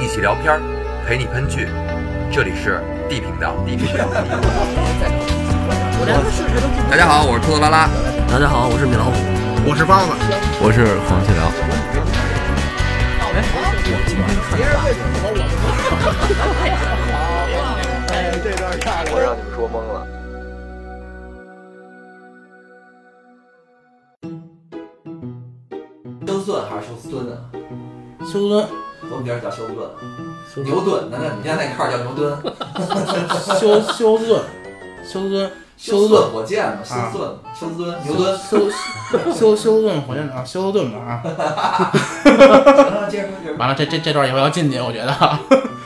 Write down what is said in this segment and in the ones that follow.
一起聊片儿，陪你喷剧。这里是 D 频道。大家好，我是兔子拉拉。 大家好，我是米老虎。 我是包子。 我是黄气聊。 我让你们说懵了。 休斯顿还是休斯敦啊？ 休斯敦， 我们这儿叫休斯顿。牛顿，那你家那块儿叫牛顿。 休斯顿火箭嘛，休斯顿，牛顿。 休斯顿火箭厂，休斯顿吧啊。 接着。 完了，这段以后要进去，我觉得。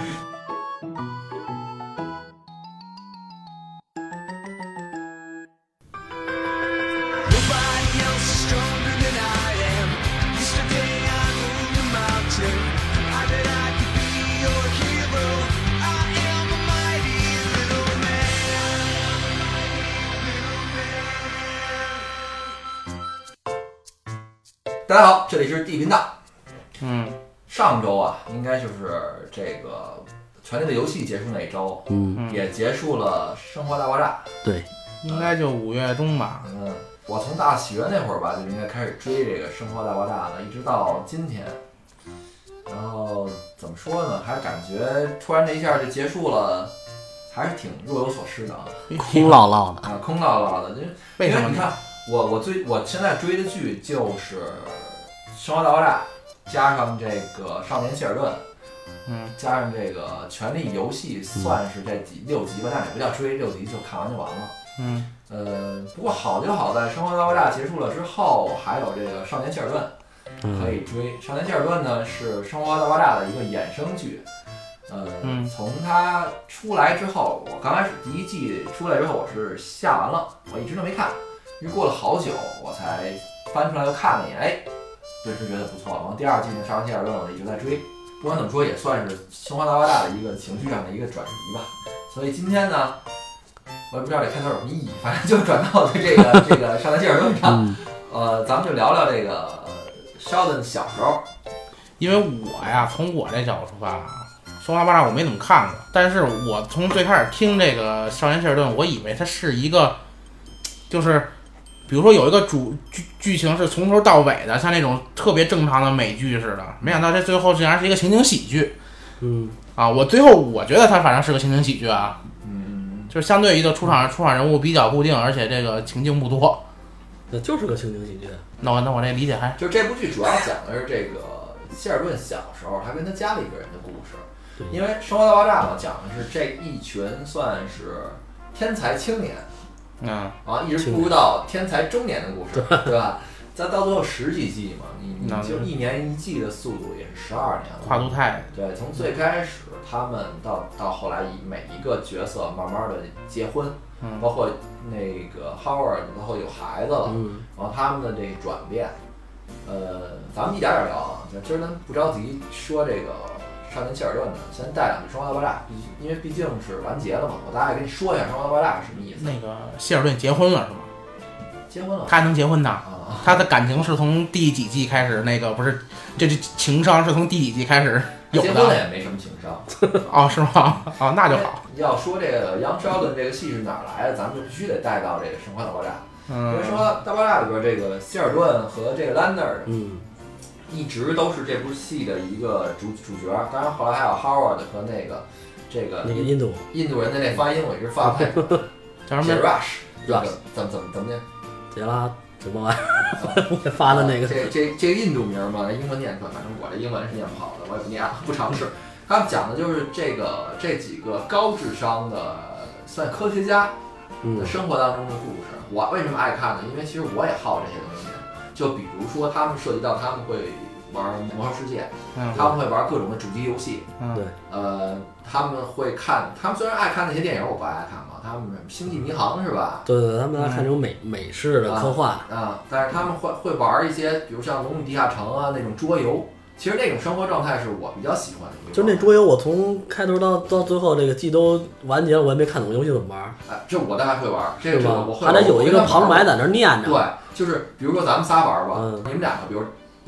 大家好，这里是 D 频道。上周啊，应该就是这个《权力的游戏》结束那一周，也结束了《生活大爆炸》。 对，应该就5月中吧。 我从大学那会儿吧，就应该开始追这个《生活大爆炸》了，一直到今天。然后怎么说呢，还是感觉突然这一下就结束了，还是挺若有所思的， 空落落的啊，空落落的。 为什么？ 你看，我现在追的剧就是《生活大爆炸》。加上这个少年希尔顿，加上这个权力游戏，算是这6集吧，但也不叫追，6集就看完就完了。不过好就好在生活大爆炸结束了之后，还有这个少年希尔顿可以追。少年希尔顿呢是生活大爆炸的一个衍生剧，从它出来之后，我刚开始第1季出来之后我是下完了，我一直都没看，因为过了好久我才翻出来又看了一眼，顿时觉得不错。然后第2季呢，少年希尔顿我一直在追，不管怎么说也算是生活大爆炸的一个情绪上的一个转移吧。所以今天呢，我也不知道这开头有什么意义，反正就转到这个少年希尔顿上。咱们就聊聊这个Sheldon小时候。 因为我呀，从我这角度出发，生活大爆炸我没怎么看过，但是我从最开始听这个少年希尔顿，我以为它是一个，就是比如说有一个剧情是从头到尾的，像那种特别正常的美剧似的，没想到这最后竟然是一个情景喜剧。我最后我觉得它反正是个情景喜剧啊。就是相对于的出场人物比较固定，而且这个情境不多， 那就是个情景喜剧。 那我这理解还就是这部剧主要讲的是这个希尔顿小时候他跟他家里边人的故事。因为《生活大爆炸》嘛，讲的是这一群算是天才青年。一直步入到天才中年的故事，对吧？再到最后10几季嘛，你就1年1季的速度也是12年了， 跨度太对。从最开始他们到后来，每一个角色慢慢的结婚，包括那个 Howard 包括有孩子了，然后他们的这个转变，咱们一点点聊啊。今儿咱不着急说这个少年希尔顿呢，先带2句《生活大爆炸》，因为毕竟是完结了嘛，我大概跟你说一下《生活大爆炸》是什么意思。 那个希尔顿结婚了是吗？ 结婚了， 他还能结婚呢？他的感情是从第几季开始？那个不是，这情商是从第几季开始有的？ 结婚了也没什么情商。 是吗？那就好。 要说这个杨sheldon这个戏是哪儿来的，咱们就必须得带到这个《生活大爆炸》。因为《生活大爆炸》里边这个希尔顿和这个兰德尔，一直都是这部戏的一个主角。当然后来还有 Howard 和那个印度人的那发音我一直发不太叫什么 ？Rush， 怎么念？ 杰拉什么玩意儿？我发的那个这个印度名嘛，英文念出来，反正我这英文是念不好的，我也不念了，不尝试。他们讲的就是这几个高智商的算科学家的生活当中的故事。我为什么爱看呢？因为其实我也好这些东西。就比如说他们涉及到他们会玩魔兽世界，他们会玩各种的主机游戏， 对， 他们会看，他们虽然爱看那些电影，我不爱看嘛，他们星际迷航是吧？ 对，他们爱看这种美式的科幻但是他们会玩一些，比如像《龙与地下城》啊那种桌游。其实那种生活状态是我比较喜欢的一个。 就那桌游，我从开头到最后这个季都完结了，我也没看懂游戏怎么玩。 这我倒还会玩，这个我会还得有一个旁白在那念着。 对，就是比如说咱们仨玩吧，你们两个比如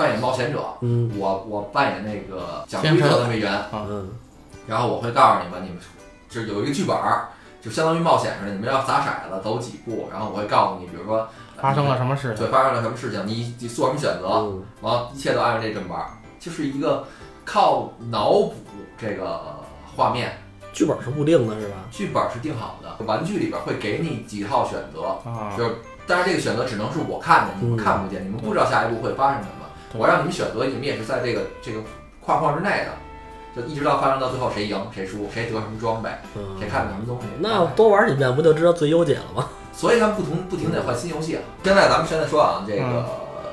扮演冒险者，我扮演那个讲规则的队员，然后我会告诉你们就有一个剧本，就相当于冒险似的，你们要撒骰子走几步，然后我会告诉你，比如说发生了什么事情， 对，发生了什么事情，你做什么选择，然后一切都按照这么玩，就是一个靠脑补这个画面。 剧本是固定的，是吧？ 剧本是定好的，玩具里边会给你几套选择，就是但是这个选择只能是我看见，你们看不见，你们不知道下一步会发生什么。我让你们选择，你们也是在这个框之内的，就一直到发生到最后谁赢谁输，谁得什么装备，谁看到什么东西。 那多玩几遍不就知道最优解了吗？ 所以他们不停地换新游戏啊。现在说啊，这个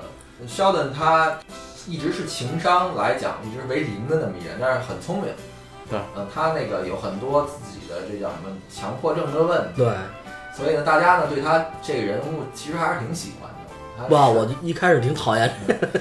Sheldon 他一直是情商来讲一直为零的那么一人，但是很聪明。 对， 他那个有很多自己的这叫什么强迫症的问题。 对， 所以呢，大家呢对他这个人物其实还是挺喜欢的。 哇，我一开始挺讨厌。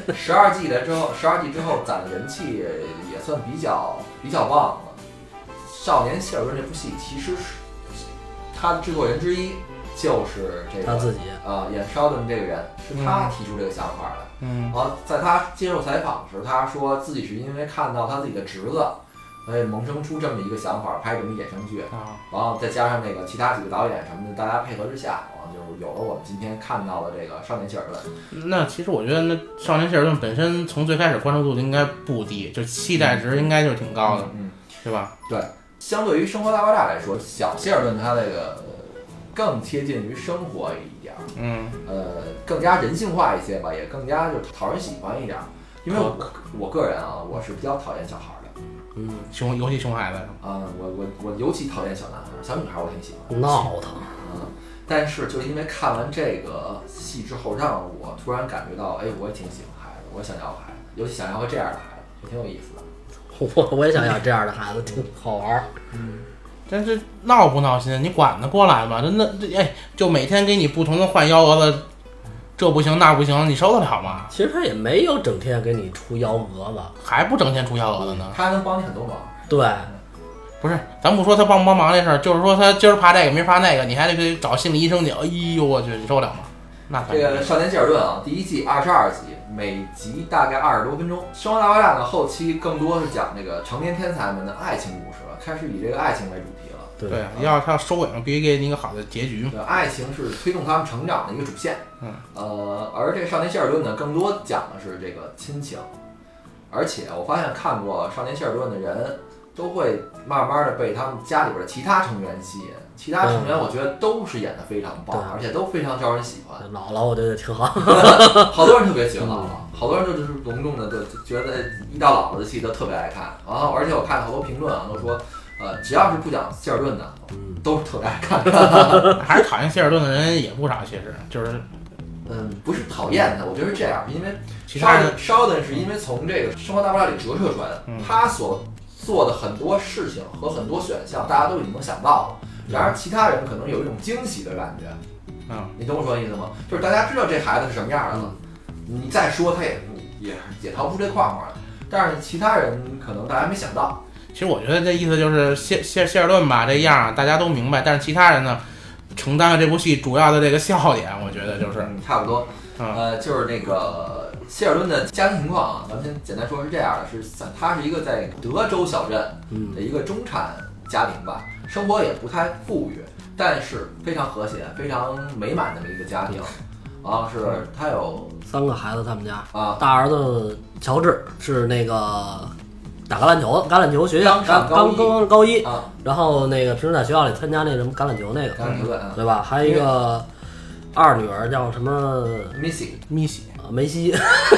12季之后攒的人气也算比较旺了。少年希尔顿这部戏其实是他的制作人之一，就是这个他自己演Sheldon这个人是他提出这个想法的。然后在他接受采访的时候，他说自己是因为看到他自己的侄子。所以萌生出这么一个想法，拍这么衍生剧，然后再加上那个其他几个导演什么的，大家配合之下，就有了我们今天看到的这个少年希尔顿。 那其实我觉得，那少年希尔顿本身从最开始关注度应该不低，就期待值应该就挺高的，对吧？ 对，相对于《生活大爆炸》来说，小希尔顿他那个更贴近于生活一点，更加人性化一些吧，也更加就讨人喜欢一点。因为我个人啊，我是比较讨厌小孩的。 尤其熊孩子我尤其讨厌小男孩，小女孩我挺喜欢， 闹腾。 但是就因为看完这个戏之后，让我突然感觉到，我也挺喜欢孩子，我想要孩子，尤其想要个这样的孩子，也挺有意思的。 我也想要这样的孩子，挺好玩。 但是闹不闹心，你管得过来吗？真的，就每天给你不同的换幺蛾子。这不行那不行，你受得了吗？ 其实他也没有整天给你出幺蛾子， 还不整天出幺蛾子呢。 他能帮你很多忙。 对， 不是，咱不说他帮不帮忙这事儿，就是说他今儿怕这个，明儿怕那个，你还得去找心理医生去。哎呦我去，你受得了吗？那这个少年希尔顿啊，第一季22集，每集大概20多分钟。生活大爆炸呢，后期更多是讲这个成年天才们的爱情故事了，开始以这个爱情为主题了。 对，他要收尾必须给你一个好的结局。 对，爱情是推动他们成长的一个主线。而这个少年希尔顿呢，更多讲的是这个亲情。而且我发现看过少年希尔顿的人，都会慢慢的被他们家里边的其他成员吸引。其他成员我觉得都是演得非常棒，而且都非常招人喜欢。 姥姥我觉得挺好， 好多人特别喜欢姥姥，好多人就是隆重的就觉得一到姥姥的戏都特别爱看。然后而且我看好多评论都说。只要是不讲希尔顿的，都是特别爱看的。 还是讨厌希尔顿的人也不少，其实就是， 不是讨厌他，我觉得是这样，因为Sheldon是因为从这个《生活大爆炸》里折射出来的，他所做的很多事情和很多选项，大家都已经能想到了。然而其他人可能有一种惊喜的感觉，你懂我说的意思吗？就是大家知道这孩子是什么样的了，你再说他也逃不出这框框了。但是其他人可能大家没想到。 其实我觉得这意思就是希尔顿吧这样大家都明白，但是其他人呢承担了这部戏主要的这个笑点，我觉得就是差不多。就是那个希尔顿的家庭情况啊，咱们先简单说是这样的，他是一个在德州小镇的一个中产家庭吧，生活也不太富裕，但是非常和谐、非常美满的一个家庭。是他有 3个孩子，他们家大儿子乔治是那个。打橄榄球学校刚高一，然后那个平时在学校里参加那什么橄榄球那个，对吧？还有一个二女儿叫什么梅西，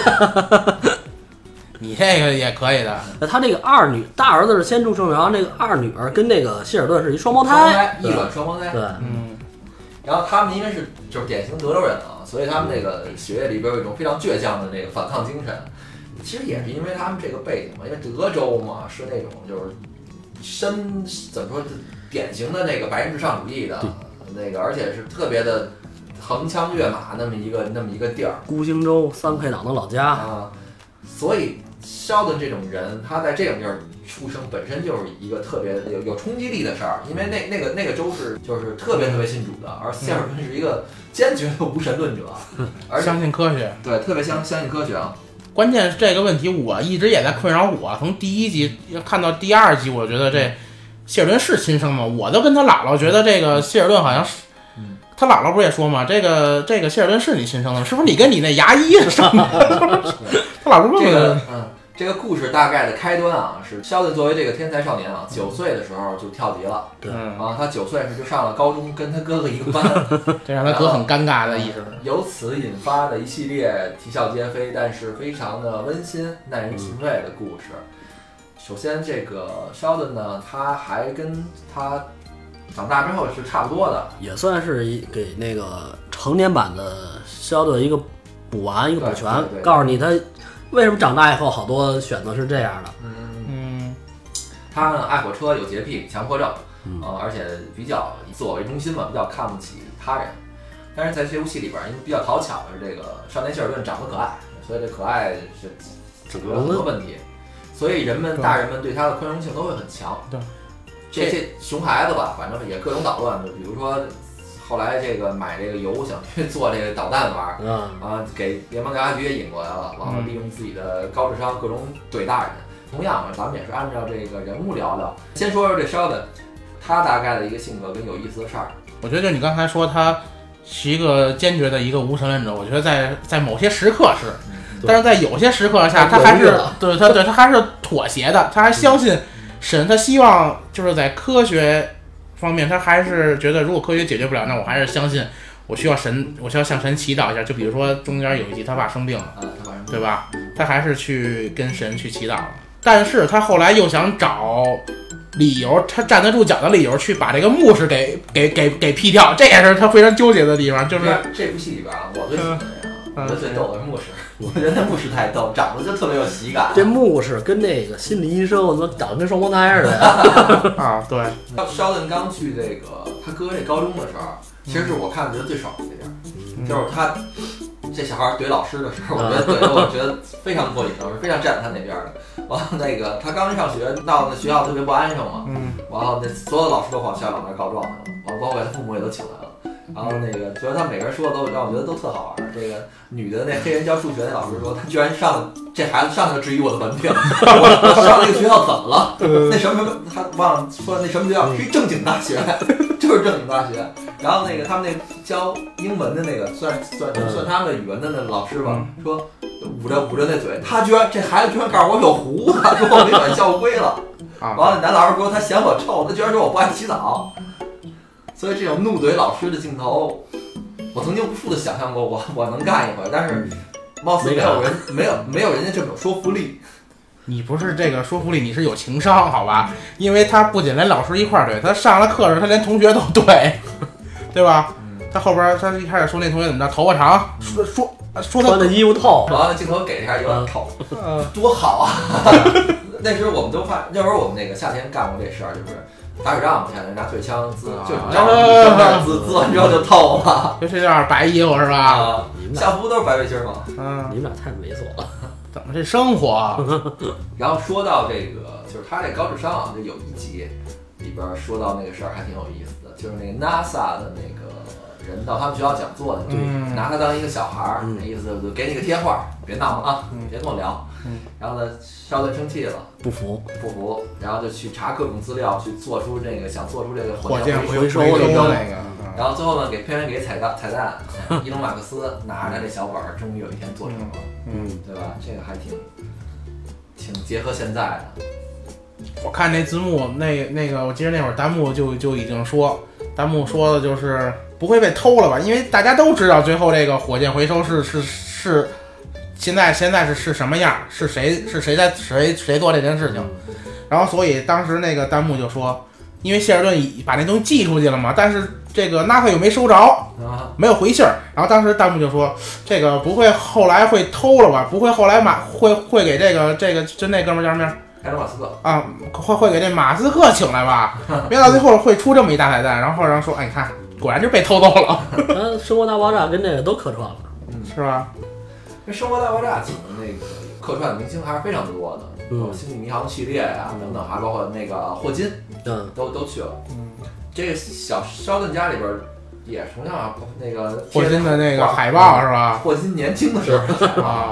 你这个也可以的。 他这个大儿子是先出生，然后那个二女儿跟那个希尔顿是一双胞胎， 异卵双胞胎。 对， 然后他们因为就是典型德州人啊，所以他们那个血液里边有一种非常倔强的那个反抗精神。其实也是因为他们这个背景嘛，因为德州嘛是那种就是怎么说典型的那个白人至上主义的那个，而且是特别的横枪跃马那么一个地儿。 孤星州3配党的老家所以Sheldon这种人，他在这种地儿出生本身就是一个特别有冲击力的事儿，因为那个州是就是特别信主的，而希尔顿是一个坚决的无神论者，而且相信科学， 对，特别相信科学啊。 关键是这个问题我一直也在困扰我，从第1集看到第2集，我觉得这谢尔顿是亲生吗？我都跟他姥姥觉得这个谢尔顿好像是，他姥姥不是也说吗？这个谢尔顿是你亲生的吗？是不是你跟你那牙医是生的？他姥姥问我。这个故事大概的开端啊，是肖顿作为这个天才少年啊，9岁的时候就跳级了。 对啊，他9岁时就上了高中，跟他哥哥一个班， 这让他哥很尴尬的意思。 由此引发的一系列啼笑皆非，但是非常的温馨、耐人寻味的故事。首先，这个肖顿呢，他还跟他长大之后是差不多的， 也算是给那个成年版的肖顿一个补完、一个补全，告诉你他。为什么长大以后好多选择是这样的？ 他呢爱火车，有洁癖，强迫症，而且比较以自我为中心嘛，比较看不起他人。但是在这部戏里边，因为比较讨巧的是这个少年谢尔顿长得可爱，所以这可爱是解决了很多问题，所以大人们对他的宽容性都会很强。 对， 这些熊孩子吧，反正也各种捣乱，就比如说。后来这个买这个油想去做这个导弹玩，给联邦调查局也引过来了，然后利用自己的高智商各种怼大人。同样咱们也是按照这个人物聊聊。先说说这肖顿，他大概的一个性格跟有意思的事儿。 我觉得就你刚才说他是一个坚决的一个无神论者，我觉得在某些时刻是，但是在有些时刻下他还是他还是妥协的，他还相信神，他希望就是在科学。方面，他还是觉得如果科学解决不了，那我还是相信我需要向神祈祷一下。就比如说中间有一集他爸生病了，对吧？他还是去跟神去祈祷了。但是他后来又想找理由，他站得住脚的理由去把这个牧师给劈掉，这也是他非常纠结的地方。就是这部戏里边啊，我最喜欢的人啊，我觉得最逗的是牧师。我觉得那牧师太逗，长得就特别有喜感。 这牧师跟那个心理医生，我怎么长得跟双胞胎似的啊？对。 肖顿刚去这个他哥这高中的时候，其实是我看觉得最爽的一点，就是他这小孩怼老师的时候，我觉得怼的我觉得非常过瘾，我是非常站在他那边的。完了那个他刚一上学，闹得学校特别不安生嘛，完了那所有老师都跑校长那告状去了，完了包括他父母也都请来了。然后那个觉得他每个人说的都让我觉得都特好玩。这个女的那黑人教数学那老师说，他居然这孩子上来就质疑我的文凭，我上那个学校怎么了？那什么他忘了说那什么学校是一正经大学，就是正经大学。然后那个他们那教英文的那个算他们的语文的那老师吧，说捂着那嘴，这孩子居然告诉我有胡子，说我违反校规了。完了男老师说他嫌我臭，他居然说我不爱洗澡。所以这种怒怼老师的镜头，我曾经无数的想象过我能干一回，但是貌似没有人家这种说服力。 你不是这个说服力，你是有情商，好吧？因为他不仅连老师一块怼，他上了课时他连同学都怼，对吧？他后边他一开始说那同学怎么着，头发长，说他穿的衣服透， 然后那镜头给一下有点透，多好啊！那时候我们都怕，那会儿我们那个夏天干过这事儿，就是。打水仗，现在拿腿枪滋，就是滋完之后就透了， 就是这样白衣服是吧？ 校服都是白背心嘛。 你们俩太猥琐了， 怎么这生活？ 然后说到这个，就是他这高智商啊，就有一集里边说到那个事儿还挺有意思的，就是那个 NASA 的那个人到他们学校讲座的，拿他当一个小孩儿，那意思就给你个贴画，别闹了啊，别跟我聊。然后呢，肖顿生气了， 不服， 然后就去查各种资料，去想做出这个火箭回收那个。 然后最后呢，片尾给彩蛋，伊隆马克思拿着这小本儿，终于有一天做成了，对吧？这个还挺结合现在的。 我看那字幕，那个，我记得那会儿弹幕就已经说的就是不会被偷了吧？因为大家都知道最后这个火箭回收是。现在是什么样？是谁做这件事情？然后所以当时那个弹幕就说，因为谢尔顿把那东西寄出去了嘛，但是这个 NASA 又没收着，没有回信儿。然后当时弹幕就说，这个不会后来会偷了吧？不会后来会给这个就那哥们叫什么名？ 埃隆马斯克啊，会给这马斯克请来吧？没到最后会出这么一大彩蛋。然后说，哎，你看，果然就被偷走了。 生活大爆炸跟这个都客串了， 是吧？ 这生活大爆炸请的那个客串明星还是非常多的，星际迷航系列呀等等，还包括那个霍金，都去了。这个小肖顿家里边也同样那个霍金的那个海报是吧？ 霍金年轻的时候啊，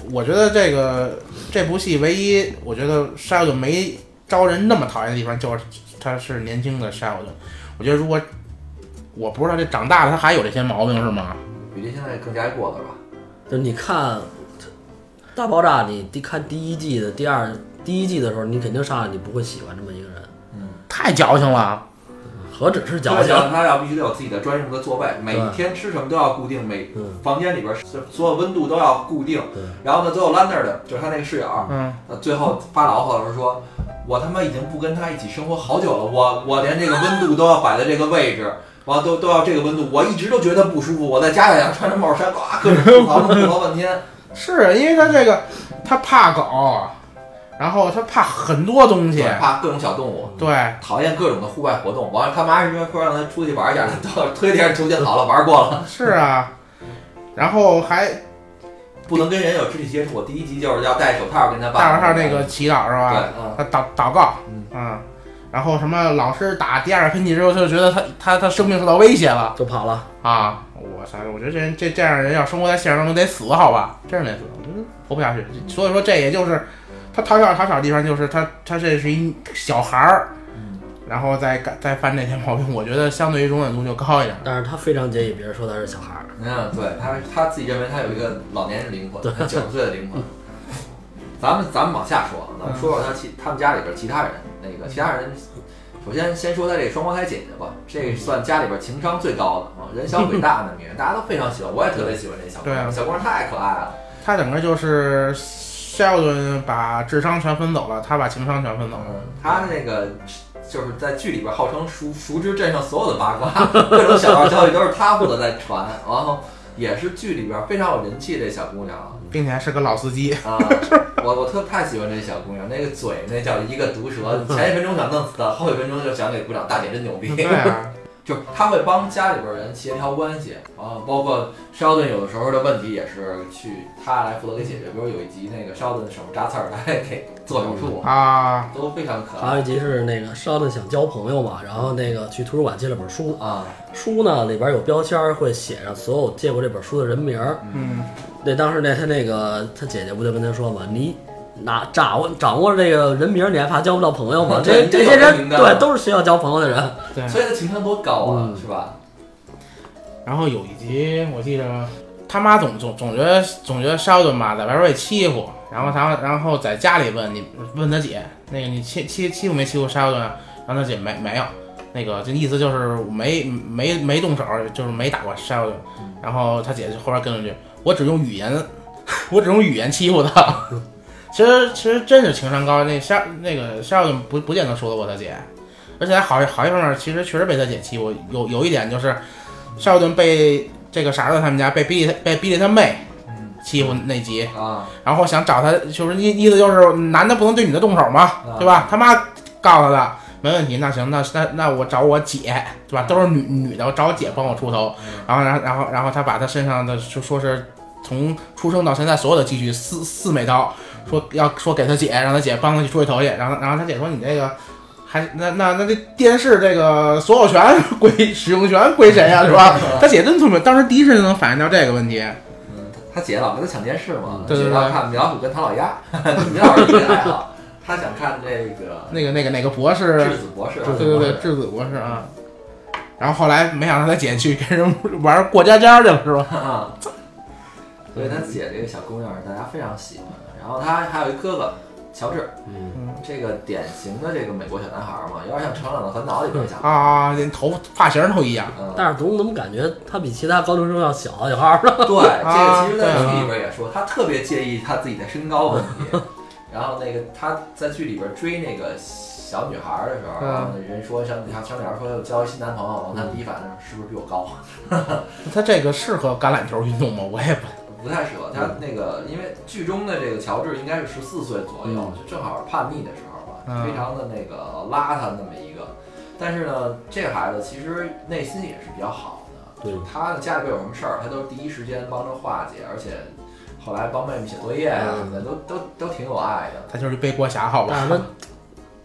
我觉得这部戏唯一我觉得沙尔顿没招人那么讨厌的地方，就是他是年轻的沙尔顿。我觉得如果我不知道这长大了他还有这些毛病是吗？ 比这现在更加过了吧？ 就你看大爆炸，你看第一季的时候，你肯定上来你不会喜欢这么一个人， 太矫情了。 何止是矫情， 他要必须得有自己的专用的座位，每天吃什么都要固定，每房间里边所有温度都要固定。然后呢，最后兰那儿的就是他那个室友，最后发牢骚的时候说，我他妈已经不跟他一起生活好久了，我连这个温度都要摆在这个位置，完了都要这个温度，我一直都觉得不舒服。我在家里想穿着帽衫，各种吐槽半天。 是因为他怕狗。然后他怕很多东西， 怕各种小动物， 对， 讨厌各种的户外活动。完了，他妈是说让他出去玩一下，他推电出去好了，玩过了。 是啊，然后还不能跟人有肢体接触。第一集就是要戴手套跟他爸。 戴手套那个祈祷是吧？ 对， 他祷告，然后什么老师打第二个喷嚏之后，就觉得他生命受到威胁了， 就跑了啊！我操！我觉得这样的人要生活在现实当中得死，好吧？真是得死，活不下去。所以说这也就是。他讨巧的地方就是他这是一小孩儿，然后再犯这些毛病，我觉得相对于容忍度就高一点。 但是他非常介意别人说他是小孩儿。 对他自己认为他有一个老年人灵魂，90岁的灵魂。咱们往下说，咱们说他们家里边其他人，其他人，首先说他这个双胞胎姐姐吧，这算家里边情商最高的啊，人小鬼大的女人，大家都非常喜欢，我也特别喜欢这小姑娘，小姑娘太可爱了。 她整个就是夏尔顿把智商全分走了，他把情商全分走了。 他那个就是在剧里边号称熟知镇上所有的八卦，各种小道消息都是他负责在传，然后也是剧里边非常有人气的小姑娘， 并且还是个老司机啊！我太喜欢这小姑娘，那个嘴那叫一个毒舌，前1分钟想弄死她，后1分钟就想给鼓掌，大姐真牛逼。 对啊。 就是他会帮家里边人协调关系啊，包括肖顿有的时候的问题也是去他来负责给解决。比如有一集那个肖顿手扎刺儿，他给做手术啊， 都非常可爱。 还有一集是那个肖顿想交朋友嘛，然后那个去图书馆借了本书啊， 书呢里边有标签会写上所有借过这本书的人名。那当时他姐姐不就跟他说嘛，你掌握这个人名，你还怕交不到朋友吗？这些人对都是需要交朋友的人， 对， 所以他情商多高啊，是吧？ 然后有一集我记得他妈总觉得肖顿吧在外边被欺负，然后在家里问他姐，那个你欺负没欺负肖顿？然后他姐没有，那个这意思就是没动手，就是没打过肖顿。然后他姐就后边跟了句，我只用语言欺负他。其实真是情商高，那个夏尔顿不见得说得过他姐，而且好一方面，其实确实被他姐欺负。有一点就是夏尔顿被这个傻子他们家被比利他妹欺负那集啊， 然后想找他，就是意思就是男的不能对女的动手嘛，对吧？他妈告诉他的没问题，那行，那我找我姐，对吧？都是女的，我找我姐帮我出头，然后他把他身上的就说是从出生到现在所有的积蓄四美刀。说给他姐，让他姐帮他去出去头去，然后他姐说你这个还那这电视这个所有权使用权归谁啊，是吧？他姐真聪明，当时第一时间能反应到这个问题。 他姐老跟他抢电视嘛， 对， 要看米老鼠跟唐老鸭，米老鼠一个爱好，他想看这个哪个博士， 质子博士， 对，质子博士啊。然后后来没想到他姐去跟人玩过家家去了，是吧？ 所以他姐这个小姑娘大家非常喜欢。然后他还有一哥哥乔治，这个典型的这个美国小男孩嘛，有点像《成长的烦恼》里边的小孩啊，连发型都一样。 但是怎么感觉他比其他高中生要小好几号呢？ 对，这个其实在剧里边也说，他特别介意他自己的身高问题。然后那个他在剧里边追那个小女孩的时候，然后人说小女孩说要交一新男朋友，他第一反应是不是比我高？ 他这个适合橄榄球运动吗？我也不太适合他那个，因为剧中的这个乔治应该是14岁左右，就正好是叛逆的时候吧，非常的那个邋遢那么一个。但是呢，这个孩子其实内心也是比较好的， 对， 他的家里边有什么事儿，他都第一时间帮着化解，而且后来帮妹妹写作业啊什么的，都挺有爱的。 他就是背锅侠，好吧？ 但是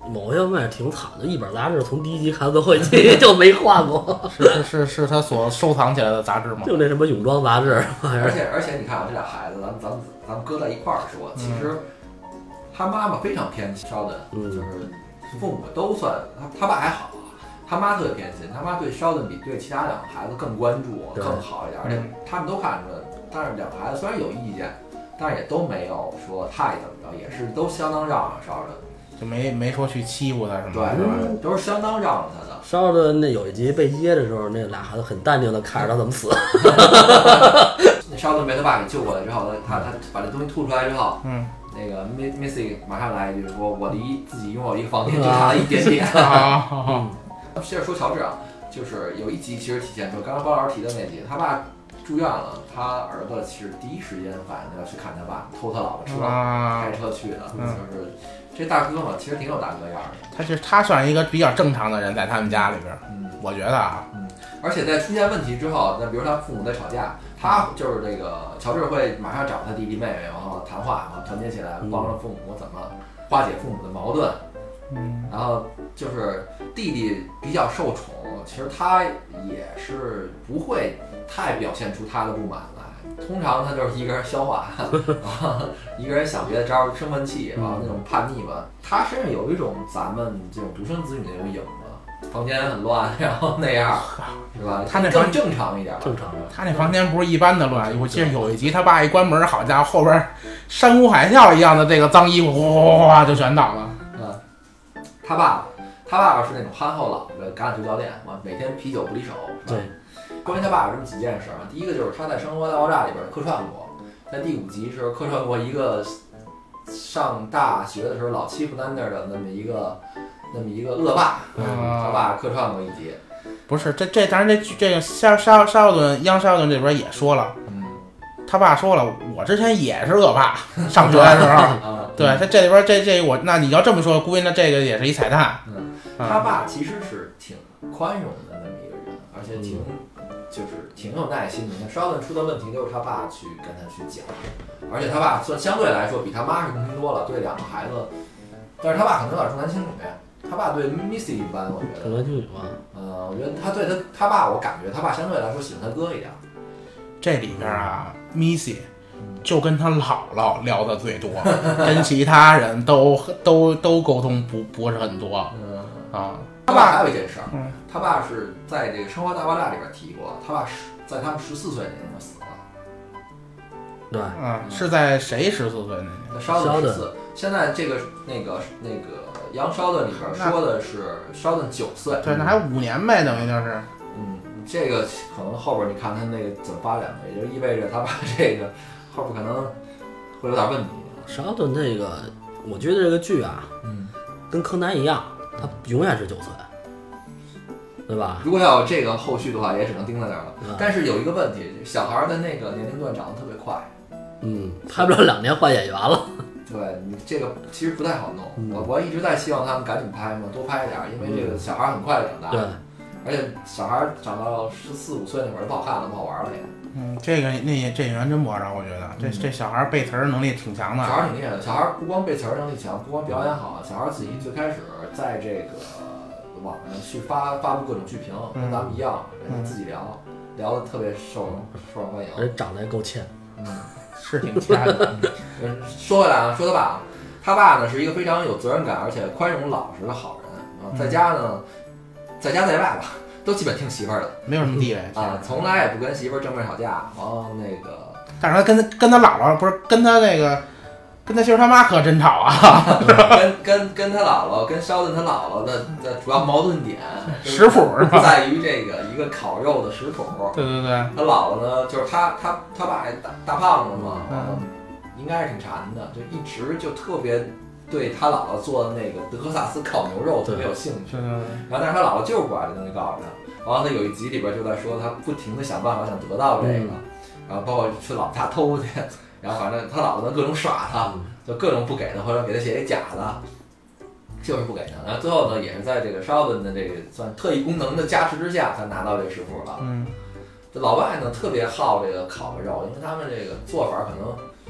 某些方面挺惨的，一本杂志从第1集看到最后1集就没换过。 是他所收藏起来的杂志吗？ 就那什么泳装杂志。 而且你看啊，这俩孩子，咱们搁在一块儿说，其实他妈妈非常偏心肖顿，就是父母都算他爸还好。他妈特别偏心，他妈对肖顿比对其他两个孩子更关注、更好一点，而且他们都看出来。但是两个孩子虽然有意见，但是也都没有说太怎么着，也是都相当让肖顿， 就没说去欺负他什么的。 对，都是相当让着他的。 肖顿那有一集被接的时候，那俩孩子很淡定的看着他怎么死。 肖顿被他爸给救过来之后，他把这东西吐出来之后，那个 Missy 马上来一句说：“我离自己拥有一个房间就差了一点点。”接着说乔治啊，就是有一集其实体现出刚刚包老师提的那集，他爸住院了，他儿子其实第一时间反应要去看他爸，偷他老婆车，开车去的，就是这大哥嘛，其实挺有大哥样的。 他算是一个比较正常的人，在他们家里边，我觉得啊， 而且在出现问题之后，那比如他父母在吵架，他就是这个乔治会马上找他弟弟妹妹，然后谈话，然后团结起来，帮着父母怎么化解父母的矛盾。然后就是弟弟比较受宠，其实他也是不会太表现出他的不满来，通常他就是一个人消化，一个人想别的招生闷气，然后那种叛逆吧。他身上有一种咱们这种独生子女那种影子，房间很乱，然后那样，是吧？ 他那更正常一点， 正常。 他那房间不是一般的乱，我记得有一集他爸一关门，好家伙，后边山呼海啸一样的这个脏衣服哗就全倒了。 他爸爸是那种憨厚老的橄榄球教练，每天啤酒不离手。 对， 关于他爸有这么几件事啊，第一个就是他在《生活大爆炸》里边客串过，在第5集时候客串过一个上大学的时候老欺负丹那儿的那么一个恶霸，他爸客串过一集。 不是这当然这个沙顿这边也说了，他爸说了，我之前也是恶霸，上学的时候。对，他这里边这我，那你要这么说，估计那这个也是一彩蛋。 他爸其实是挺宽容的那么一个人，而且挺有耐心的。那稍顿出的问题都是他爸去跟他去讲，而且他爸算相对来说比他妈是公平多了，对两个孩子，但是他爸可能有点重男轻女。他爸对 Missy 一般，我觉得。重男轻女吗？ 我觉得他对他爸，我感觉他爸相对来说喜欢他哥一点。这里边啊 ，Missy。就跟他姥姥聊的最多，跟其他人都沟通不是很多。 他爸还有一件事儿，他爸是在这个《生活大爆炸》里边提过，他爸是在他们14岁那年就死了。 对， 是在谁14岁那年？ 肖顿14。现在这个那个杨肖顿里边说的是肖顿9岁。 对，那还5年呗，等于就是。 这个可能后边你看他那个怎么发展的，也就意味着他爸这个。后边可能会有点问题。 肖顿这个，我觉得这个剧啊，跟柯南一样，他永远是9岁，对吧？ 如果要有这个后续的话，也只能盯在那儿了。但是有一个问题，小孩的那个年龄段长得特别快， 拍不了2年换演员了。 对你这个其实不太好弄。我一直在希望他们赶紧拍嘛，多拍一点，因为这个小孩很快长大。 对， 而且小孩长到14、15岁那会儿不好看了，不好玩了也。 这演员真不好找，我觉得这小孩背词儿能力挺强的。 小孩挺厉害的，小孩不光背词儿能力强，不光表演好，小孩自己最开始在这个网上去发布各种剧评，跟咱们一样，自己聊的特别受人欢迎， 人长得也够欠， 是挺欠的。 说回来啊，说他爸呢是一个非常有责任感而且宽容老实的好人，在家在外吧。都基本听媳妇儿的， 没有什么地位啊，从来也不跟媳妇儿正面吵架。然后那个， 但是他跟他姥姥不是跟他那个跟他媳妇他妈可真吵啊。 跟他姥姥跟肖顿他姥姥的主要矛盾点食谱是吧？ 在于这个一个烤肉的食谱。 对。 他姥姥呢，就是他爸大胖子嘛，应该是挺馋的，就一直就特别。对他姥姥做的那个德克萨斯烤牛肉特别有兴趣，然后但是他姥姥就是不把这东西告诉他，然后他有一集里边就在说他不停的想办法想得到这个，然后包括去姥姥家偷去，然后反正他姥姥呢各种耍他，就各种不给他或者给他写一假的，就是不给他。然后最后呢也是在这个烧的这个算特异功能的加持之下才拿到这个食谱了。这老外呢特别好这个烤的肉，因为他们这个做法可能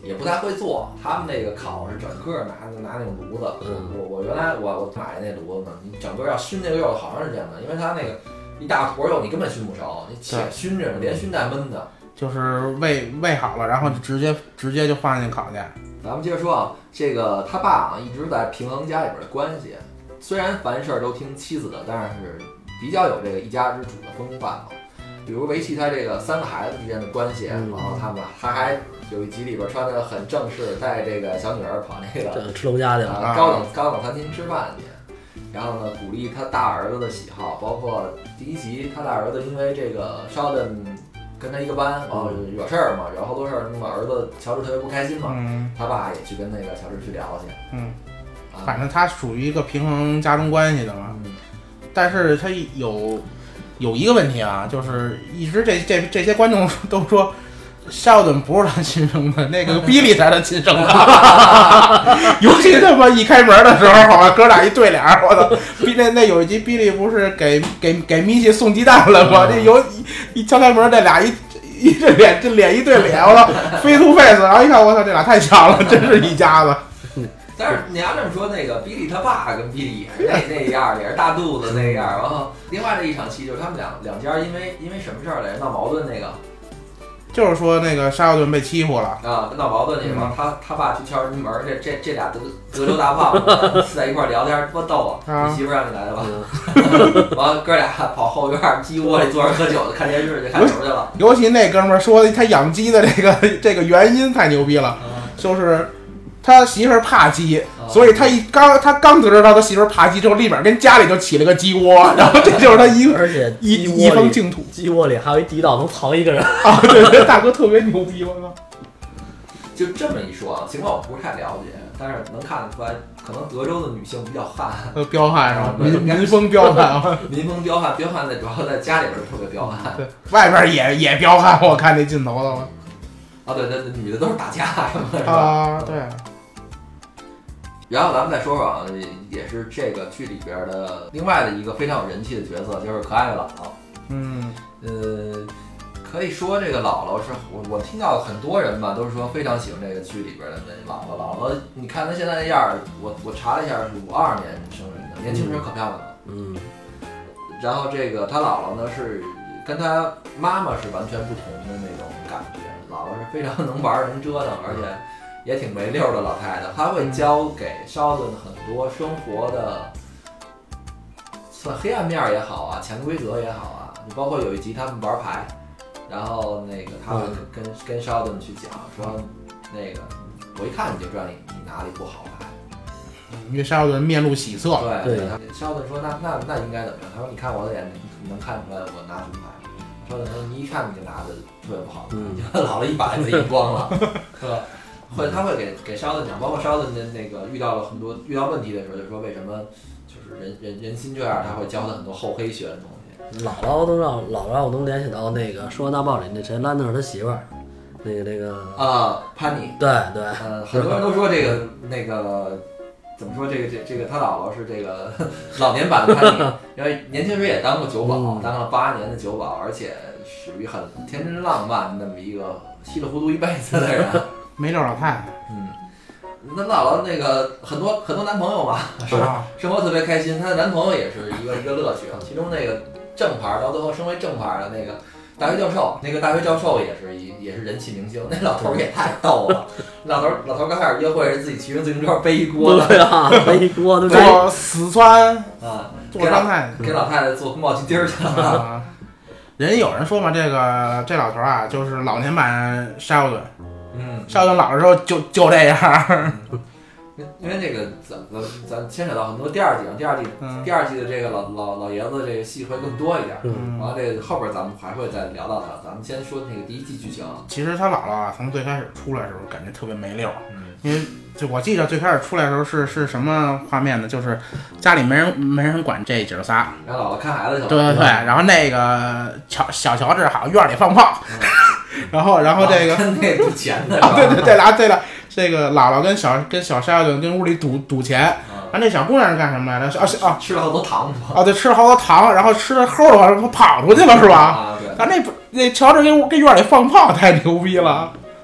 也不太会做，他们那个烤是整个拿那种炉子。我原来我买那炉子呢，你整个要熏那个肉好长时间呢，因为它那个一大坨肉你根本熏不熟，你且熏着连熏带焖的。 就是煨好了，然后就直接就放进烤去。 咱们接着说啊，这个他爸啊一直在平衡家里边的关系，虽然凡事都听妻子的，但是比较有这个一家之主的风范嘛。比如维系他这个3个孩子之间的关系，然后他还有一集里边穿得很正式，带这个小女儿跑那个吃龙虾去了， 高等餐厅吃饭去。然后呢，鼓励他大儿子的喜好，包括第1集他大儿子因为这个Sheldon跟他一个班，惹事儿嘛，惹好多事儿，那么儿子乔治特别不开心嘛，他爸也去跟那个乔治去聊去。 反正他属于一个平衡家中关系的嘛。但是他有一个问题啊，就是一直这些观众都说Sheldon不是他亲生的，那个Billy 才是他亲生的。尤其他妈一开门的时候，好像哥俩一对脸，我操！那有一集Billy不是给米奇送鸡蛋了吗？这有一敲开门，这俩这脸一对脸，我操，face to face，然后一看，我操，这俩太像了，真是一家子。 但是你要这么说，那个比利他爸跟比利也是那样，也是大肚子那样。然后另外这一场戏就是他们两家因为什么事儿来闹矛盾那个。 就是说那个沙尔顿被欺负了啊，闹矛盾去嘛，他爸去敲人门，这俩德州大胖子在一块聊天，多逗啊！你媳妇让你来的吧？完了哥俩跑后院鸡窝里坐着喝酒，看电视去看球去了。 尤其那哥们儿说他养鸡的这个原因太牛逼了，就是他媳妇儿怕鸡，所以他刚得知到他媳妇儿怕鸡之后，立马跟家里就起了个鸡窝，然后这就是他而且一方净土。 鸡窝里还有一地道能藏一个人啊！对，大哥特别牛逼，我操！ 就这么一说啊，尽管我不是太了解，但是能看得出来，可能德州的女性比较悍， 彪悍是吧？民风彪悍啊！ 民风彪悍在主要在家里边特别彪悍， 对，外边也彪悍，我看那镜头了。 啊，对，那女的都是打架什么的，是吧？ 啊，对。 然后咱们再说说啊，也是这个剧里边的另外的一个非常有人气的角色，就是可爱的姥姥。可以说这个姥姥是我听到很多人吧，都是说非常喜欢这个剧里边的那姥姥。姥姥，你看她现在那样，我查了一下，是52年生人的，年轻时候可漂亮了。然后这个她姥姥呢是跟她妈妈是完全不同的那种感觉，姥姥是非常能玩能折腾，而且也挺没溜的老太太，她会教给Sheldon很多生活的算黑暗面也好啊，潜规则也好啊。你包括有一集他们玩牌，然后那个他会跟Sheldon去讲说，那个我一看你就知道你哪里不好牌。 因为Sheldon面露喜色。 对，Sheldon说那应该怎么样？他说你看我的眼，你能看出来我拿什么牌。Sheldon说你一看你就拿的特别不好，老了一把就赢光了，是吧？他会给Sheldon讲，包括Sheldon那个遇到问题的时候，就说为什么就是人心这样，他会教他很多厚黑学的东西。 姥姥让我能联想到那个《生活大爆》里那谁兰德尔他媳妇儿，那个潘妮。 对， 很多人都说这个那个怎么说这个他姥姥是这个老年版的潘妮，因为年轻时也当过酒保，当了8年的酒保，而且属于很天真浪漫那么一个稀里糊涂一辈子的人。 没溜老太太， 那姥姥那个很多男朋友嘛，是吧？生活特别开心，她的男朋友也是一个乐趣啊。其中那个正牌到最后升为正牌的那个大学教授，也是人气明星。那老头也太逗了，老头刚开始约会是自己骑着自行车背一锅的， 对啊，背一锅的， 做四川啊， 做酸菜， 给老太太做宫保鸡丁去了。 人有人说嘛，这老头啊，就是老年版Sheldon，Sheldon老的时候就这样。 因为这个咱牵扯到很多第二季的这个老爷子这个戏会更多一点，然后这后边咱们还会再聊到他。咱们先说那个第1季剧情。 其实他姥姥啊，从最开始出来的时候感觉特别没溜，因为就我记得最开始出来的时候是什么画面呢？就是家里没人管这姐儿仨， 然后姥姥看孩子去了。 对，然后那个小乔治好像院里放炮，然后这个跟那赌钱的， 对了。这个姥姥跟小Sheldon跟屋里赌钱，然后那小姑娘是干什么来着？ 吃了好多糖。 对，吃了好多糖，然后吃了齁的话跑出去了是吧？ 对。 咱那乔治跟院里放炮太牛逼了。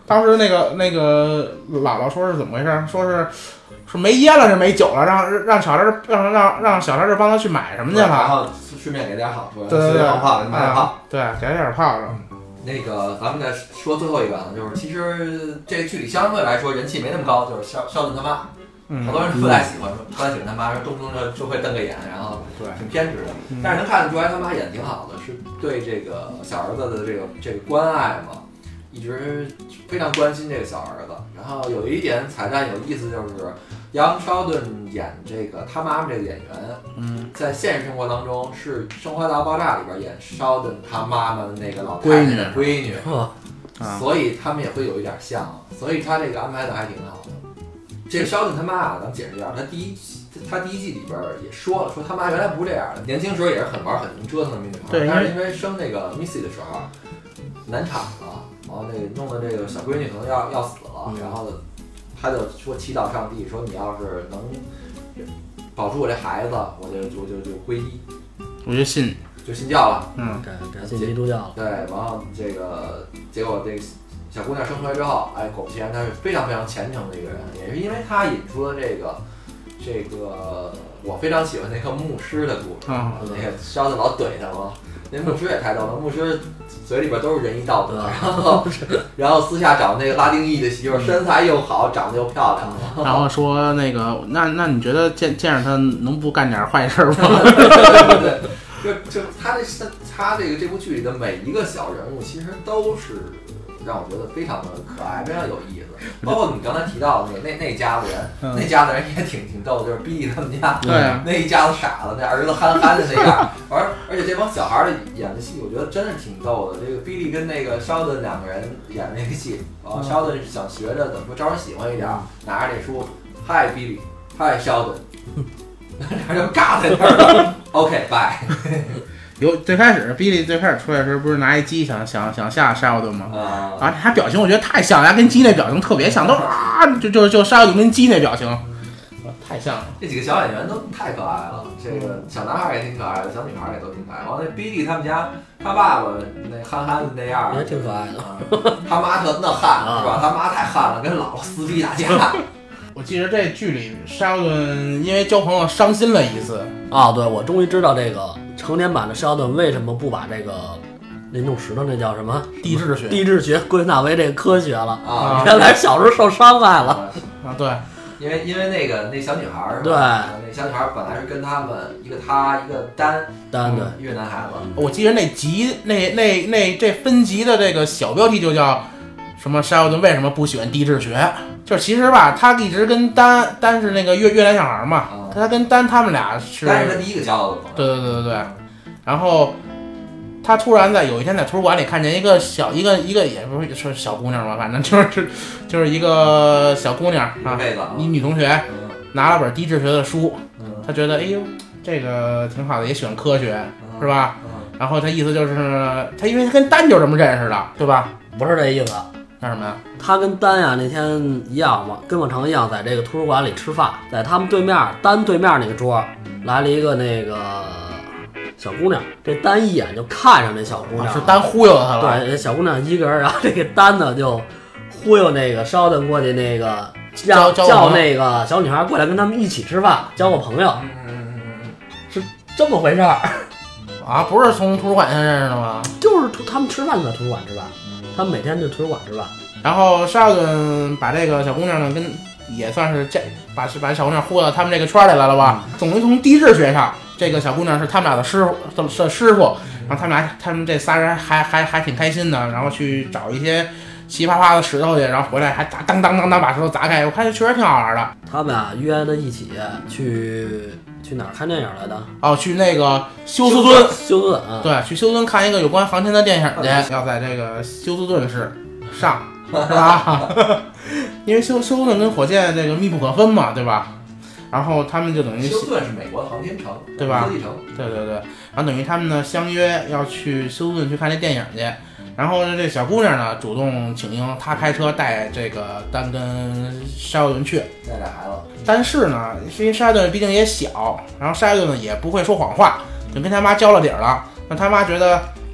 当时那个姥姥说是怎么回事？说是没烟了，是没酒了，让小孩让小孩儿帮他去买什么去了， 然后顺便给点好处， 对， 炮给买炮， 对，给点炮仗。 那个咱们再说最后一个呢，就是其实这个剧里相对来说人气没那么高，就是肖顿他妈。好多人不太喜欢他妈，说动不动就会瞪个眼，然后挺偏执的。但是能看得出来他妈演的挺好的，是对这个小儿子的这个关爱嘛，一直非常关心这个小儿子。然后有一点彩蛋有意思，就是杨肖顿演这个他妈妈这个演员，在现实生活当中是《生活大爆炸》里边演肖顿他妈妈的那个老太太的闺女，所以他们也会有一点像，所以他这个安排的还挺好的。这个肖顿他妈啊，咱们解释一下，他第一季里边也说了，说他妈原来不是这样的，年轻时候也是很玩很能折腾的女孩，但是因为生那个 Missy 的时候难产了，然后那个弄的这个小闺女可能要死了，然后他就说祈祷上帝，说你要是能保住我这孩子，我就皈依， 我就信教了， 改信基督教了， 对，然后这个结果这个。小姑娘生出来之后，哎，果不其然，她是非常非常虔诚的一个人，也是因为她引出了这个我非常喜欢那个牧师的故事，那个肖顿老怼他嘛，那牧师也太逗了，牧师嘴里边都是仁义道德，然后私下找那个拉丁裔的媳妇，身材又好，长得又漂亮， 然后说那个那你觉得见着他能不干点坏事吗？ 对，就他这部剧里的每一个小人物，其实都是。让我觉得非常的可爱，非常有意思。包括你刚才提到的那家子人，那家子人也挺逗的，就是比利他们家，那一家子傻子，那儿子憨憨的那样。而且这帮小孩的演的戏，我觉得真是挺逗的。这个比利跟那个肖顿两个人演那个戏，肖顿想学着怎么说招人喜欢一点，拿着这书，嗨比利，嗨肖顿，然后就尬在那儿了。OK， 拜。 最开始比利最开始出来的时候，不是拿一鸡想吓肖顿吗？啊，他表情我觉得太像了，他跟鸡那表情特别像，都就肖顿跟鸡那表情，太像了。 这几个小演员都太可爱了，这个小男孩也挺可爱的，小女孩也都挺可爱。完了，那比利他们家他爸爸那憨憨的那样， 也挺可爱的。 他妈特那悍是吧？他妈太悍了，跟姥姥撕逼打架。 我记得这剧里肖顿因为交朋友伤心了一次。 对，我终于知道这个成年版的肖顿为什么不把这个那弄石头那叫什么地质学归纳为这个科学了原来小时候受伤害了对， 因为那小女孩对， 那小女孩本来是跟他们一个丹对越南孩子。 我记得那集这分级的这个小标题就叫什么肖顿为什么不喜欢地质学？就是其实吧，他一直跟丹是那个越南小孩嘛，他跟丹他们俩是丹是他第一个交到的朋友。对。然后他突然有一天在图书馆里看见一个也不是说小姑娘吧，反正就是一个小姑娘啊，一女同学拿了本地质学的书，他觉得哎呦这个挺好的，也喜欢科学是吧？然后他意思就是他因为他跟丹就这么认识的，对吧？ 不是这意思。 干什么呀？ 他跟丹呀那天一样嘛，跟往常一样，在这个图书馆里吃饭，在他们对面丹对面那个桌来了一个那个小姑娘，这丹一眼就看上这小姑娘， 是丹忽悠她了。 对，小姑娘一个人，然后这个丹呢就忽悠那个稍等过去那个叫那个小女孩过来跟他们一起吃饭，交个朋友，是这么回事儿啊？不是从图书馆上认识的吗？ 就是他们吃饭就在图书馆吃饭。他们每天就图书馆吃饭， 然后沙顿把这个小姑娘呢，也算是把小姑娘忽悠到他们这个圈里来了吧？总于从地质学上，这个小姑娘是他们俩的师傅，然后他们这仨人还挺开心的，然后去找一些稀巴巴的石头去，然后回来还当把石头砸开，我看确实挺好玩的。 他们俩约着一起去哪儿看电影来的？ 去那个休斯顿。 对， 去休斯顿看一个有关航天的电影去，要在这个休斯顿市上，是吧？因为休斯顿跟火箭这个密不可分嘛，对吧？然后他们就等于休斯顿是美国的航天城， 对吧？ 科技城。对。 然后等于他们呢相约要去休斯顿去看这电影去。然后呢，这小姑娘呢主动请缨，她开车带这个丹跟沙顿去， 带俩孩子。 但是呢，因为沙顿毕竟也小，然后沙顿呢也不会说谎话，就跟他妈交了底了。那他妈觉得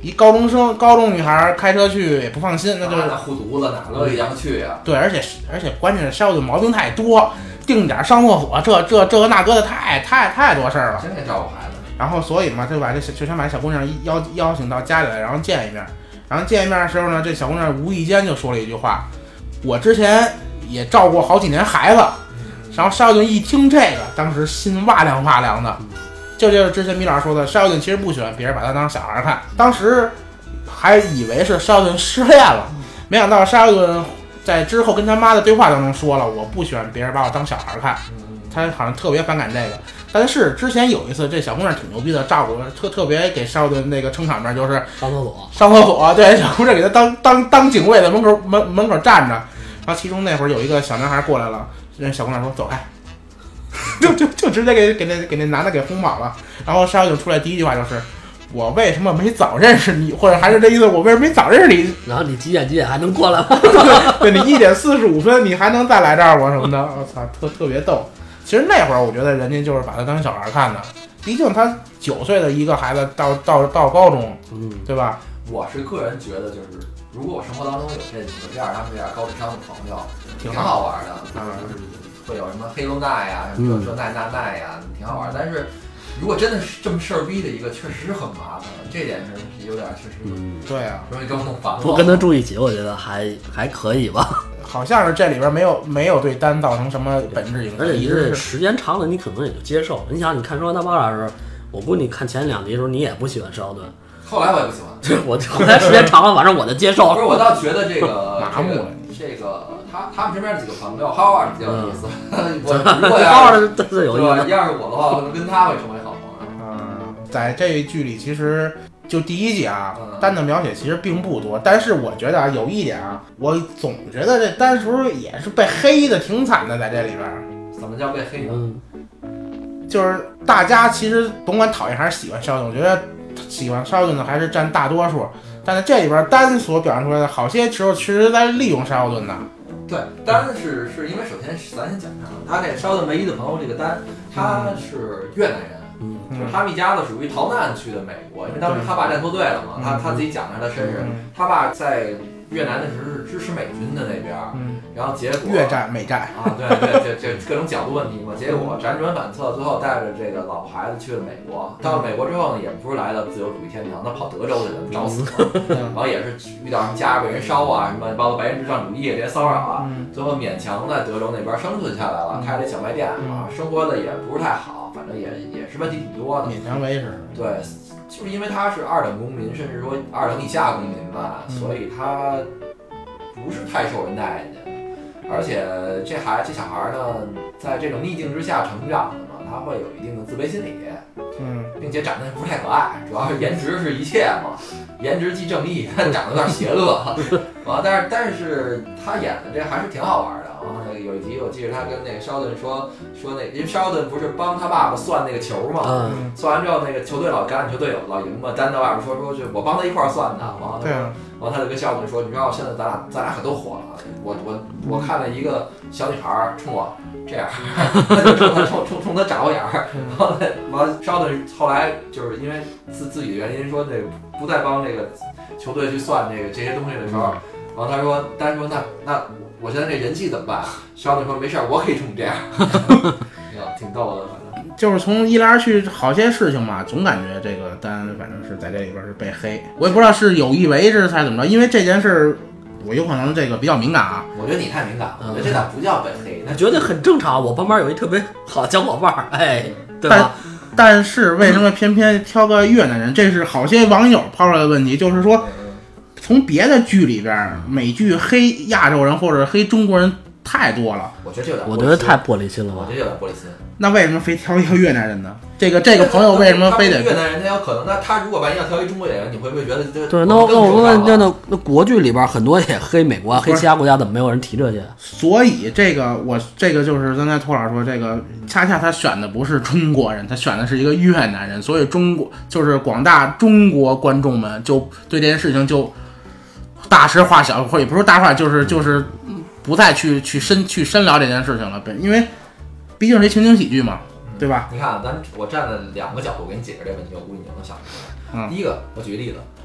一高中女孩开车去也不放心，那就是护犊子哪乐意让去啊？ 对，而且关键是肖顿毛病太多，定点上厕所，这个那个的太多事儿了， 真得照顾孩子。 然后所以嘛，就想把小姑娘邀请到家里来，然后见一面。然后见一面的时候呢，这小姑娘无意间就说了一句话：“我之前也照顾好几年孩子。”然后肖顿一听这个，当时心哇凉哇凉的。就是之前米老师说的，肖顿其实不喜欢别人把他当小孩看，当时还以为是肖顿失恋了，没想到肖顿在之后跟他妈的对话当中说了：“我不喜欢别人把我当小孩看。”他好像特别反感这个。但是之前有一次，这小姑娘挺牛逼的，照顾特别给肖顿那个撑场面，就是上厕所， 对，小姑娘给他当警卫在门口站着。然后其中那会儿有一个小男孩过来了，人小姑娘说走开，就直接给那男的给轰跑了。然后肖顿出来第一句话就是：“我为什么没早认识你？”或者还是这意思，我为什么没早认识你？ 然后你几点还能过来吗？ 对，你1点45分你还能再来这儿我什么的，我操，特别逗。其实那会儿我觉得人家就是把他当小孩看的，毕竟他9岁的一个孩子到高中，对吧？ 我是个人觉得，就是如果我生活当中有这样他们这样高智商的朋友，挺好玩的，就是会有什么黑龙奈呀，什么这奈呀，挺好玩。但是如果真的是这么事儿逼的一个，确实很麻烦，这点是有点确实， 对啊， 容易给我弄烦了。 不跟他住一起，我觉得还可以吧。 好像是这里边没有对丹造成什么本质影响， 而且这时间长了，你可能也就接受了。你想，你看《生活大爆炸》的时候，我估计你看前2集的时候，你也不喜欢肖顿。 后来我也不喜欢， 我后来时间长了，反正我就接受了。 不是，我倒觉得这个麻木了。 这个他们身边几个朋友，哈瓦尔比较有意思。 哈瓦尔是有意思。 要是我的话，跟他会成为好朋友。 在这一剧里，其实就第1集啊，丹的描写其实并不多，但是我觉得啊，有一点啊，我总觉得这丹是不是也是被黑的挺惨的，在这里边。 怎么叫被黑呢？ 就是大家其实甭管讨厌还是喜欢肖顿，我觉得喜欢肖顿的还是占大多数，但是这里边丹所表现出来的好些时候其实在利用肖顿的。 对，丹是因为首先咱先讲上，他这肖顿唯一的朋友这个丹，他是越南人，就是他们一家子属于逃难去的美国，因为当时他爸站错队了嘛，他自己讲的是他身世，他爸在越南的时候是支持美军的那边，然后结果越战美战啊，对，这各种角度问题嘛，结果辗转反侧，最后带着这个老婆孩子去了美国。到了美国之后呢，也不是来到自由主义天堂，他跑德州去了，找死了。然后也是遇到什么家被人烧啊，什么包括白人至上主义这些骚扰啊，最后勉强在德州那边生存下来了，开了一小卖店啊，生活的也不是太好，反正也是问题挺多的， 勉强维持。 对。就是因为他是2等公民，甚至说2等以下公民吧，所以他不是太受人待见。而且这小孩呢，在这种逆境之下成长的嘛，他会有一定的自卑心理，并且长得不是太可爱，主要是颜值是一切嘛，颜值即正义，但长得有点邪恶啊。但是他演的这还是挺好玩的。有一集我记得他跟那个肖顿说那，因为肖顿不是帮他爸爸算那个球嘛，算完之后那个球队橄榄球队老赢嘛，丹在外边说就我帮他一块算的，然后他就跟肖顿说，你知道现在咱俩可都火了，我看了一个小女孩冲我这样，冲他眨巴眼儿，然后完肖顿后来就是因为自己的原因说那个不再帮这个球队去算这些东西的时候，然后丹说那我现在这人气怎么办？肖顿说没事，我可以冲你这样，挺逗的，反正就是从一来二去好些事情嘛，总感觉这个丹反正是在这里边是被黑，我也不知道是有意为之还是怎么着，因为这件事我有可能这个比较敏感啊。 我觉得你太敏感了，我觉得这咋不叫被黑？ 我觉得很正常，我旁边有一特别好小伙伴，对吧？ 但是为什么偏偏挑个越南人？这是好些网友抛出来的问题，就是说。从别的剧里边，美剧黑亚洲人或者黑中国人太多了， 我觉得太玻璃心了吧？ 我觉得有点玻璃心。 那为什么非挑一个越南人呢？这个朋友为什么非得越南人？那有可能，那他如果万一要挑一中国演员，你会不会觉得对？那我问，那国剧里边很多也黑美国、黑其他国家，怎么没有人提这些？ 所以这个就是刚才托老师说，这个恰恰他选的不是中国人，他选的是一个越南人，所以中国就是广大中国观众们就对这件事情就。大事化小，或者也不是大话，就是不再去深聊这件事情了，因为毕竟是情景喜剧嘛，对吧？ 你看，我站在2个角度给你解释这个问题，我估计你就能想出来。第一个，我举个例子，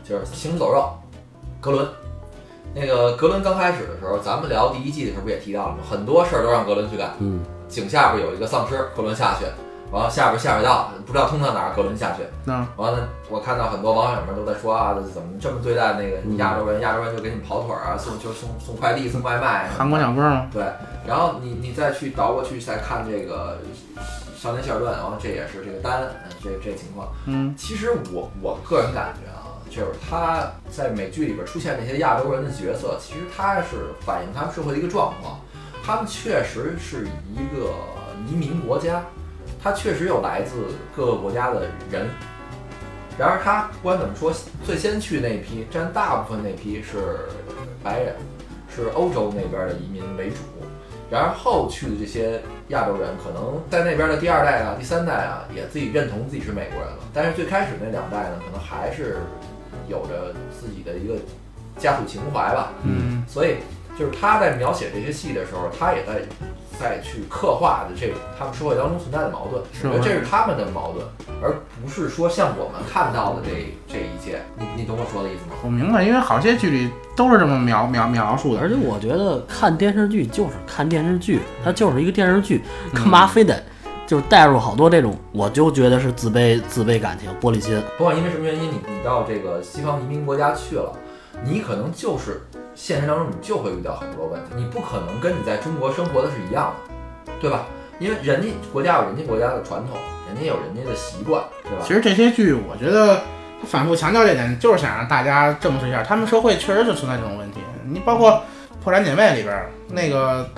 就是《行尸走肉》，格伦。那个格伦刚开始的时候，咱们聊第1季的时候不也提到了吗？很多事儿都让格伦去干。井下边有一个丧尸，格伦下去，完了下边下水道不知道通到哪儿，格伦下去。完了，我看到很多网友们都在说啊，怎么这么对待那个亚洲人？亚洲人就给你跑腿啊，送快递、送外卖。 韩国小哥吗？ 对。然后你再去倒过去再看这个少年希尔顿，然后这也是这个丹这情况。其实我个人感觉啊，就是他在美剧里边出现那些亚洲人的角色，其实他是反映他们社会的一个状况。他们确实是一个移民国家，他确实有来自各个国家的人。然而他不管怎么说，最先去那批占大部分那批是白人，是欧洲那边的移民为主。然而后去的这些亚洲人，可能在那边的第2代啊、第3代啊，也自己认同自己是美国人了。但是最开始那2代呢，可能还是有着自己的一个家属情怀吧。所以就是他在描写这些戏的时候，他也在去刻画的他们社会当中存在的矛盾，这是他们的矛盾，而不是说像我们看到的这一切。你懂我说的意思吗？ 我明白，因为好些剧里都是这么描述的。 而且我觉得看电视剧就是看电视剧，它就是一个电视剧，干嘛非得就是带入好多这种，我就觉得是自卑感情、玻璃心。 不管因为什么原因，你到这个西方移民国家去了，你可能就是现实当中你就会遇到很多问题，你不可能跟你在中国生活的是一样的，对吧？因为人家国家有人家国家的传统，人家有人家的习惯，对吧？ 其实这些剧，我觉得他反复强调这点，就是想让大家正视一下，他们社会确实就存在这种问题。你包括《破产姐妹》里边那个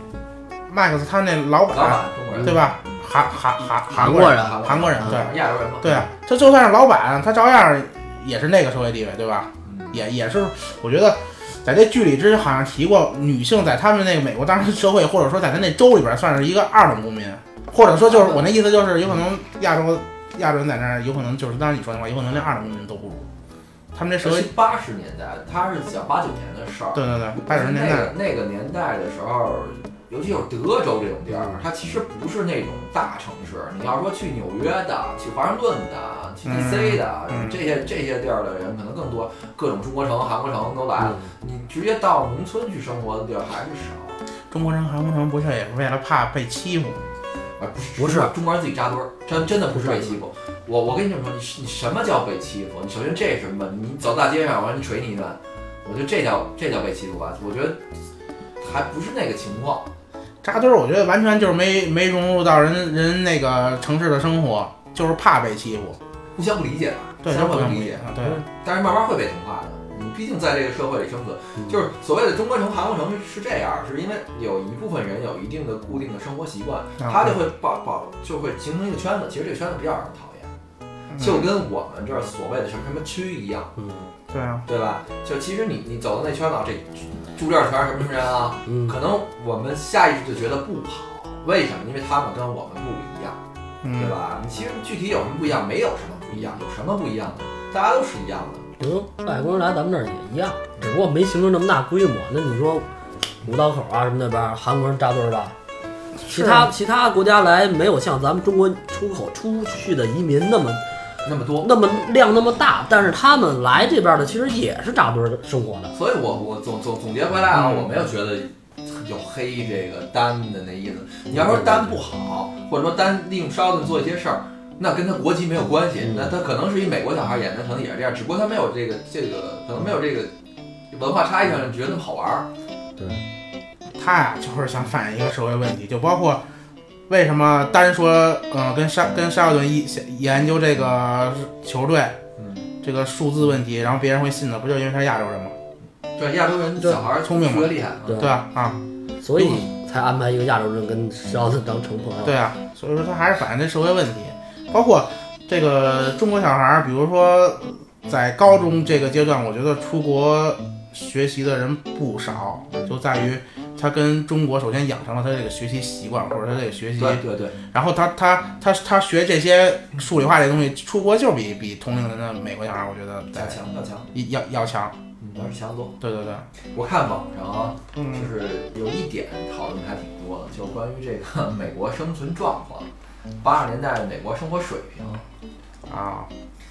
Max 他那老板对吧？韩国人，对， 亚洲人嘛， 对啊，这就算是老板，他照样也是那个社会地位，对吧？也是，我觉得在这剧里之前好像提过，女性在他们那个美国当时社会，或者说在他那州里边算是一个2等公民，或者说就是我那意思就是有可能亚洲人在那儿有可能就是当然你说的话，有可能连2等公民都不如。他们这社会 80年代，他是讲89年的事儿。 对，80年代那个年代的时候。尤其有德州这种地儿，它其实不是那种大城市。你要说去纽约的、去华盛顿的、去 DC 的，这些地儿的人可能更多，各种中国城、韩国城都来了。你直接到农村去生活的地儿还是少。 中国城、韩国城不是也是为了怕被欺负？ 不是，中国人自己扎堆儿，真的不是被欺负。我跟你这么说，你什么叫被欺负？你首先这是什么？你走大街上，完了你捶你一顿，我觉得这叫被欺负吧？我觉得还不是那个情况。 扎堆儿，我觉得完全就是没融入到人那个城市的生活，就是怕被欺负， 互相不理解吧？ 对， 相互不理解啊，对。 但是慢慢会被同化的，你毕竟在这个社会里生存，就是所谓的中国城、韩国城是这样，是因为有一部分人有一定的固定的生活习惯，他就会就会形成一个圈子。其实这个圈子比较让人讨厌，就跟我们这儿所谓的什么区一样， 对啊， 对吧？就其实你走到那圈子，这住这儿全是什么人啊？可能我们下意识就觉得不好，为什么？因为他们跟我们不一样，对吧？你其实具体有什么不一样？没有什么不一样，有什么不一样的？大家都是一样的。 外国人来咱们这儿也一样，只不过没形成那么大规模。那你说五道口啊什么那边，韩国人扎堆儿吧？其他国家来没有像咱们中国出去的移民那么多，那么量那么大，但是他们来这边的其实也是扎堆儿生活的。 所以我总结回来啊，我没有觉得有黑这个丹的那意思。你要说丹不好，或者说丹利用烧顿做一些事儿，那跟他国籍没有关系，那他可能是一美国小孩演的，可能也是这样，只不过他没有这个可能没有这个文化差异上觉得那么好玩儿。 对， 他呀就是想反映一个社会问题，就包括为什么单说跟沙尔顿研究这个球队这个数字问题，然后别人会信的，不就因为他是亚洲人吗？ 对，亚洲人小孩聪明嘛， 学厉害， 对吧？啊， 所以才安排一个亚洲人跟沙尔顿当成朋友。 对啊，所以说他还是反映这社会问题，包括这个中国小孩，比如说在高中这个阶段，我觉得出国学习的人不少，就在于他跟中国首先养成了他这个学习习惯，或者他这个学习， 对， 然后他学这些数理化这东西，出国就是比同龄人的美国小孩，我觉得要强， 要是强多。对，我看网上啊，就是有一点讨论还挺多的，就关于这个美国生存状况，80年代的美国生活水平啊。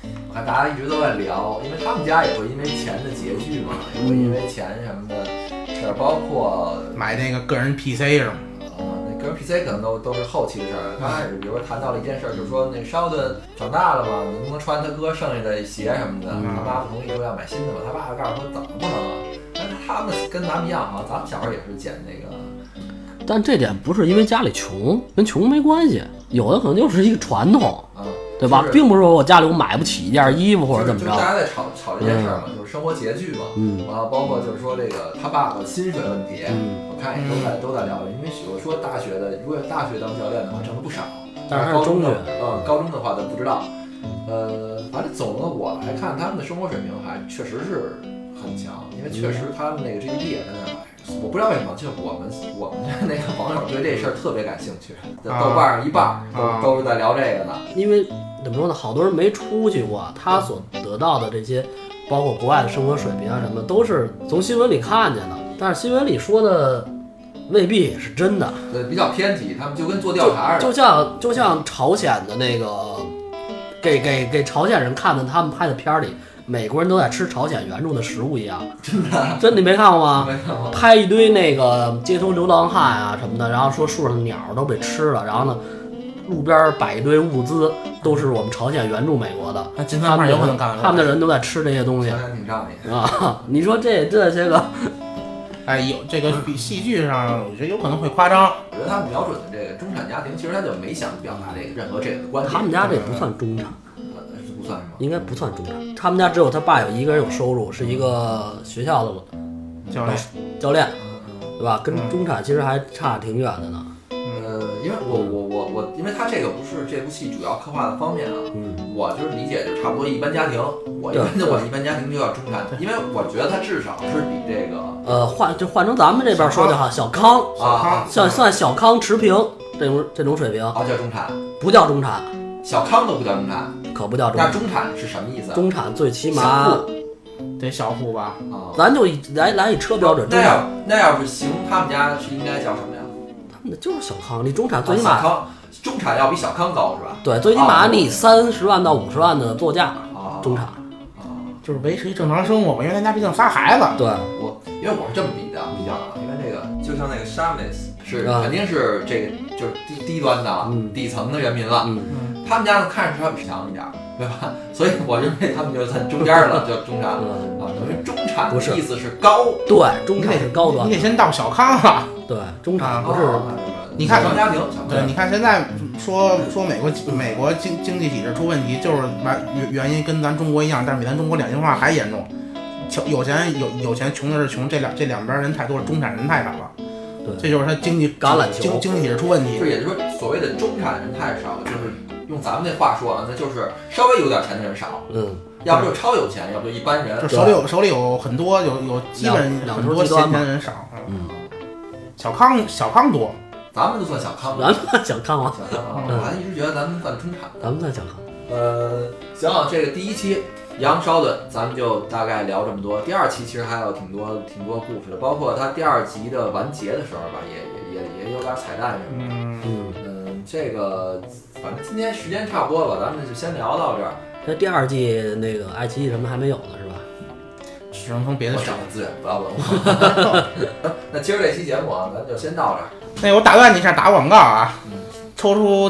我看大家一直都在聊，因为他们家也会因为钱的拮据嘛，也会因为钱什么的事儿，包括买那个个人 PC 是吗？ 那个人 PC 可能都是后期的事儿。刚开始比如说谈到了一件事儿，就是说那烧的长大了嘛，能不能穿他哥剩下的鞋什么的？他妈不同意说要买新的嘛，他爸告诉说怎么不能啊？但是他们跟咱们一样啊，咱们小时候也是捡那个。 但这点不是因为家里穷，跟穷没关系，有的可能就是一个传统，对吧？并不是说我家里我买不起一件衣服或者怎么着。 就是大家在吵这件事儿嘛，就是生活拮据嘛，包括就是说这个他爸爸薪水问题，我看也都在聊，因为我说大学的，如果大学当教练的话挣的不少， 但是中学， 高中的话咱不知道，反正总的我来看，他们的生活水平还确实是很强，因为确实他们那个 GDP 也在那买。我不知道为什么，就是我们那个网友对这事儿特别感兴趣，在豆瓣上一半都是在聊这个呢。 因为怎么说呢，好多人没出去过，他所得到的这些，包括国外的生活水平啊什么，都是从新闻里看见的。但是新闻里说的未必也是真的， 对，比较偏激。他们就跟做调查似的，就像朝鲜的那个，给朝鲜人看的他们拍的片里。美国人都在吃朝鲜原住的食物一样，真的你没看过吗？ 没看过。 拍一堆那个街头流浪汉啊什么的，然后说树上的鸟都被吃了，然后呢，路边摆一堆物资，都是我们朝鲜原住美国的。 那金三胖有可能干他们的人都在吃这些东西。 挺仗义啊！你说这些个， 哎，有这个比戏剧上，我觉得有可能会夸张。 我觉得他们瞄准的这个中产家庭，其实他就没想表达这个任何这个观点。 他们家这不算中产。 不算是吗？ 应该不算中产，他们家只有他爸有一个人有收入，是一个学校的教练，对吧？跟中产其实还差挺远的呢。 因为我，因为他这个不是这部戏主要刻画的方面啊，我就是理解就差不多一般家庭，我一般家庭就要中产，因为我觉得他至少是比这个换成咱们这边说的哈，小康啊， 算小康持平这种水平啊，叫中产， 不叫中产。 小康都不叫中产， 可不叫中产。 那中产是什么意思？ 中产最起码得小户吧？ 咱就来以车标准。 那要是行，他们家是应该叫什么呀？ 他们就是小康。你中产最起码中产要比小康高是吧？ 对，最起码你30万到50万的座驾，中产就是维持一正常生活吧，因为咱家毕竟仨孩子。 对， 因为我是这么比较的，因为这个就像那个沙美斯是肯定是这个就是低端的底层的人民了。他们家呢看着稍微强一点，对吧？所以我认为他们就在中间了，叫中产等于中产的意思是高， 对，中产是高端， 你得先到小康啊。 对，中产不是。 你看家庭， 对，你看现在说美国经济体制出问题，就是原因跟咱中国一样，但是比咱中国两极化还严重。有钱，穷的是穷，这两边人太多了，中产人太少了。 对， 这就是他经济体制出问题。 就也就是说，所谓的中产人太少了，就是用咱们那话说啊，那就是稍微有点钱的人少。要不就超有钱，要不就一般人。 就手里有很多有基本很多闲钱的人少。小康多。 咱们都算小康， 咱们算小康啊， 我还一直觉得咱们算中产， 咱们算小康。 行，这个第一期羊烧炖咱们就大概聊这么多。第二期其实还有挺多故事的，包括它第2集的完结的时候吧，也有点彩蛋什么的。这个反正今天时间差不多了，咱们就先聊到这儿。 这第2季那个爱奇艺什么还没有呢，是吧？ 只能从别的找资源，不要问我。那今儿这期节目啊，咱就先到这儿。 那我打断你一下，打广告啊，抽出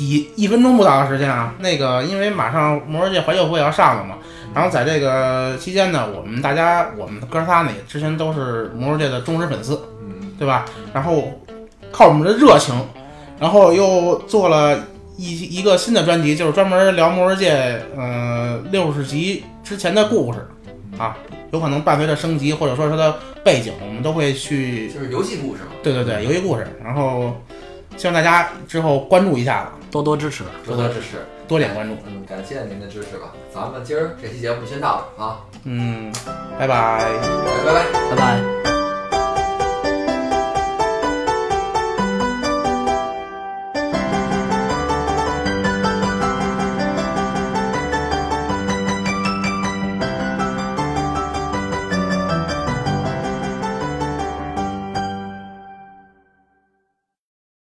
1分钟不到的时间啊。那个，因为马上《魔兽界怀旧会》要上了嘛，然后在这个期间呢，我们哥仨呢，之前都是魔兽界的忠实粉丝，对吧？然后靠我们的热情，然后又做了一个新的专辑，就是专门聊魔兽界60集之前的故事啊。有可能伴随着升级，或者说它的背景，我们都会去， 就是游戏故事嘛。 对，游戏故事。然后希望大家之后关注一下子， 多多支持， 多点关注。 感谢您的支持吧。咱们今儿这期节目就先到这啊。 拜拜， 拜拜。